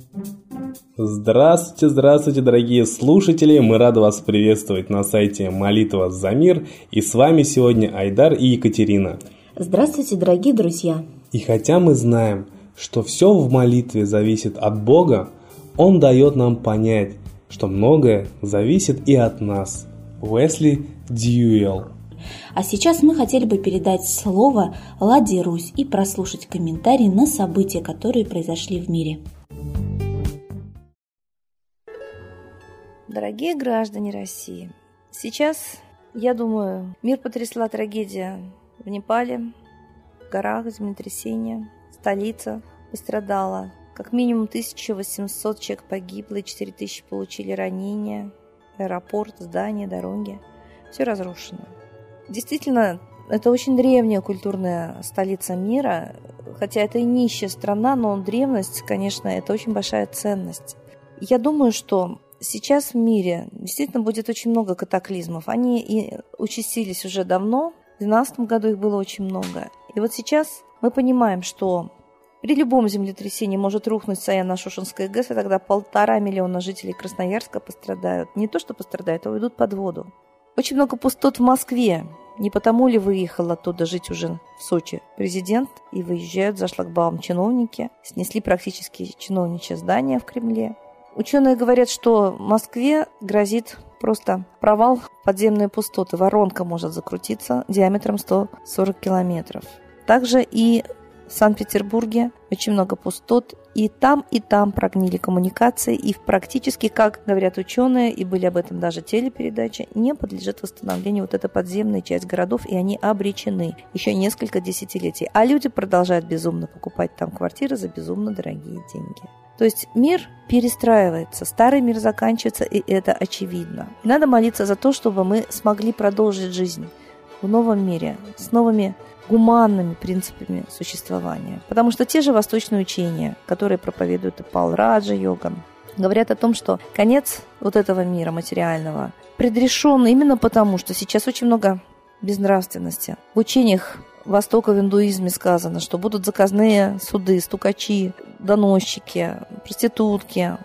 Здравствуйте, здравствуйте, дорогие слушатели! Мы рады вас приветствовать на сайте «Молитва за мир». И с вами сегодня Айдар и Екатерина. Здравствуйте, дорогие друзья! И хотя мы знаем, что все в молитве зависит от Бога, Он дает нам понять, что многое зависит и от нас. Уэсли Дьюэлл. А сейчас мы хотели бы передать слово Ладе Русь и прослушать комментарии на события, которые произошли в мире. Дорогие граждане России, сейчас, я думаю, мир потрясла трагедия в Непале, в горах, землетрясение, столица пострадала. Как минимум 1800 человек погибло и 4000 получили ранения, аэропорт, здания, дороги. Все разрушено. Действительно, это очень древняя культурная столица мира, хотя это и нищая страна, но древность, конечно, это очень большая ценность. Я думаю, что сейчас в мире действительно будет очень много катаклизмов. Они и участились уже давно. В 2012 году их было очень много. И вот сейчас мы понимаем, что при любом землетрясении может рухнуть Саяно-Шушенская ГЭС, и тогда 1,5 миллиона жителей Красноярска пострадают. Не то, что пострадают, а уйдут под воду. Очень много пустот в Москве. Не потому ли выехал оттуда жить уже в Сочи президент, и выезжают за шлагбаум чиновники, снесли практически чиновничье здание в Кремле. Ученые говорят, что Москве грозит просто провал в подземные пустоты. Воронка может закрутиться диаметром 140 километров. Также и в Санкт-Петербурге очень много пустот. И там прогнили коммуникации. И практически, как говорят ученые, и были об этом даже телепередачи, не подлежит восстановлению вот эта подземная часть городов, и они обречены еще несколько десятилетий. А люди продолжают безумно покупать там квартиры за безумно дорогие деньги. То есть мир перестраивается, старый мир заканчивается, и это очевидно. И надо молиться за то, чтобы мы смогли продолжить жизнь в новом мире с новыми гуманными принципами существования. Потому что те же восточные учения, которые проповедует Апал Раджа-йога, говорят о том, что конец вот этого мира материального предрешен именно потому, что сейчас очень много безнравственности. В учениях Востока в индуизме сказано, что будут заказные суды, стукачи, доносчики, проститутки,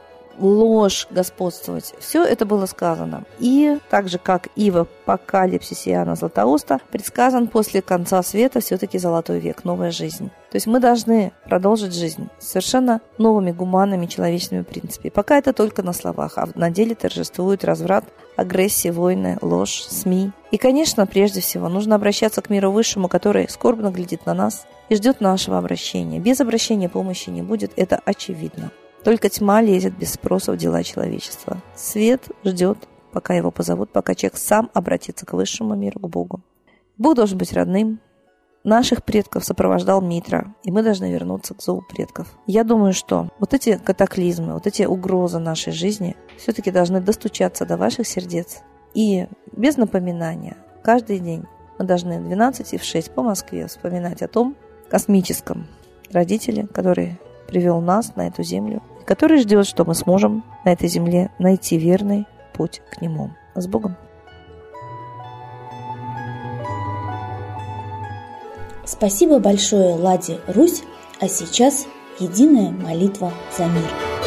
ложь господствовать. Все это было сказано. И так же, как и в апокалипсисе Иоанна Златоуста, предсказан после конца света все-таки золотой век, новая жизнь. То есть мы должны продолжить жизнь с совершенно новыми гуманными человечными принципами. Пока это только на словах, а на деле торжествует разврат, агрессия, войны, ложь, СМИ. И, конечно, прежде всего, нужно обращаться к миру высшему, который скорбно глядит на нас и ждет нашего обращения. Без обращения помощи не будет, это очевидно. Только тьма лезет без спроса в дела человечества. Свет ждет, пока его позовут, пока человек сам обратится к высшему миру, к Богу. Бог должен быть родным. Наших предков сопровождал Митра, и мы должны вернуться к зову предков. Я думаю, что вот эти катаклизмы, вот эти угрозы нашей жизни все-таки должны достучаться до ваших сердец. И без напоминания каждый день мы должны в 12 и в 6 по Москве вспоминать о том космическом родителе, который привел нас на эту землю, который ждет, что мы сможем на этой земле найти верный путь к Нему. С Богом! Спасибо большое, Ладе Русь, а сейчас единая молитва за мир.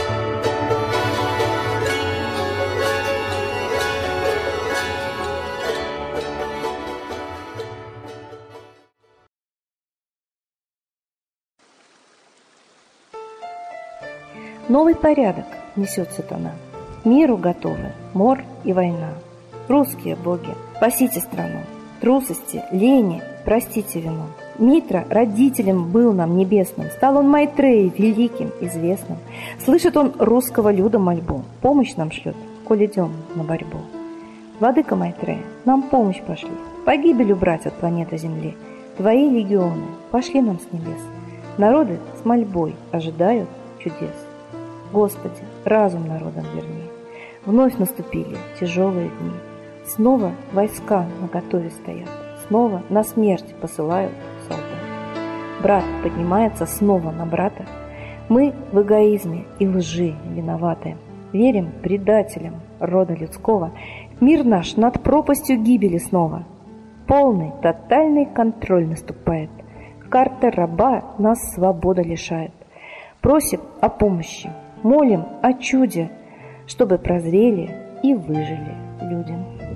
Новый порядок несет сатана. Миру готовы мор и война. Русские боги, спасите страну. Трусости, лени, простите вину. Митра родителем был нам небесным, стал он Майтреей великим, известным. Слышит он русского люда мольбу, помощь нам шлет, коль идем на борьбу. Владыка Майтрея, нам помощь пошли, погибель убрать от планеты Земли. Твои легионы пошли нам с небес, народы с мольбой ожидают чудес. Господи, разум народам верни. Вновь наступили тяжелые дни. Снова войска наготове стоят. Снова на смерть посылают солдат. Брат поднимается снова на брата. Мы в эгоизме и лжи виноваты. Верим предателям рода людского. Мир наш над пропастью гибели снова. Полный, тотальный контроль наступает. Карта раба нас свободы лишает. Просит о помощи молим о чуде, чтобы прозрели и выжили люди.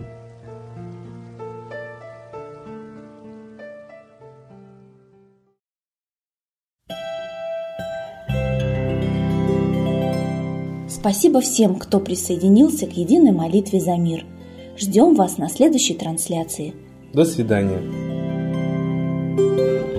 Спасибо всем, кто присоединился к единой молитве за мир. Ждем вас на следующей трансляции. До свидания.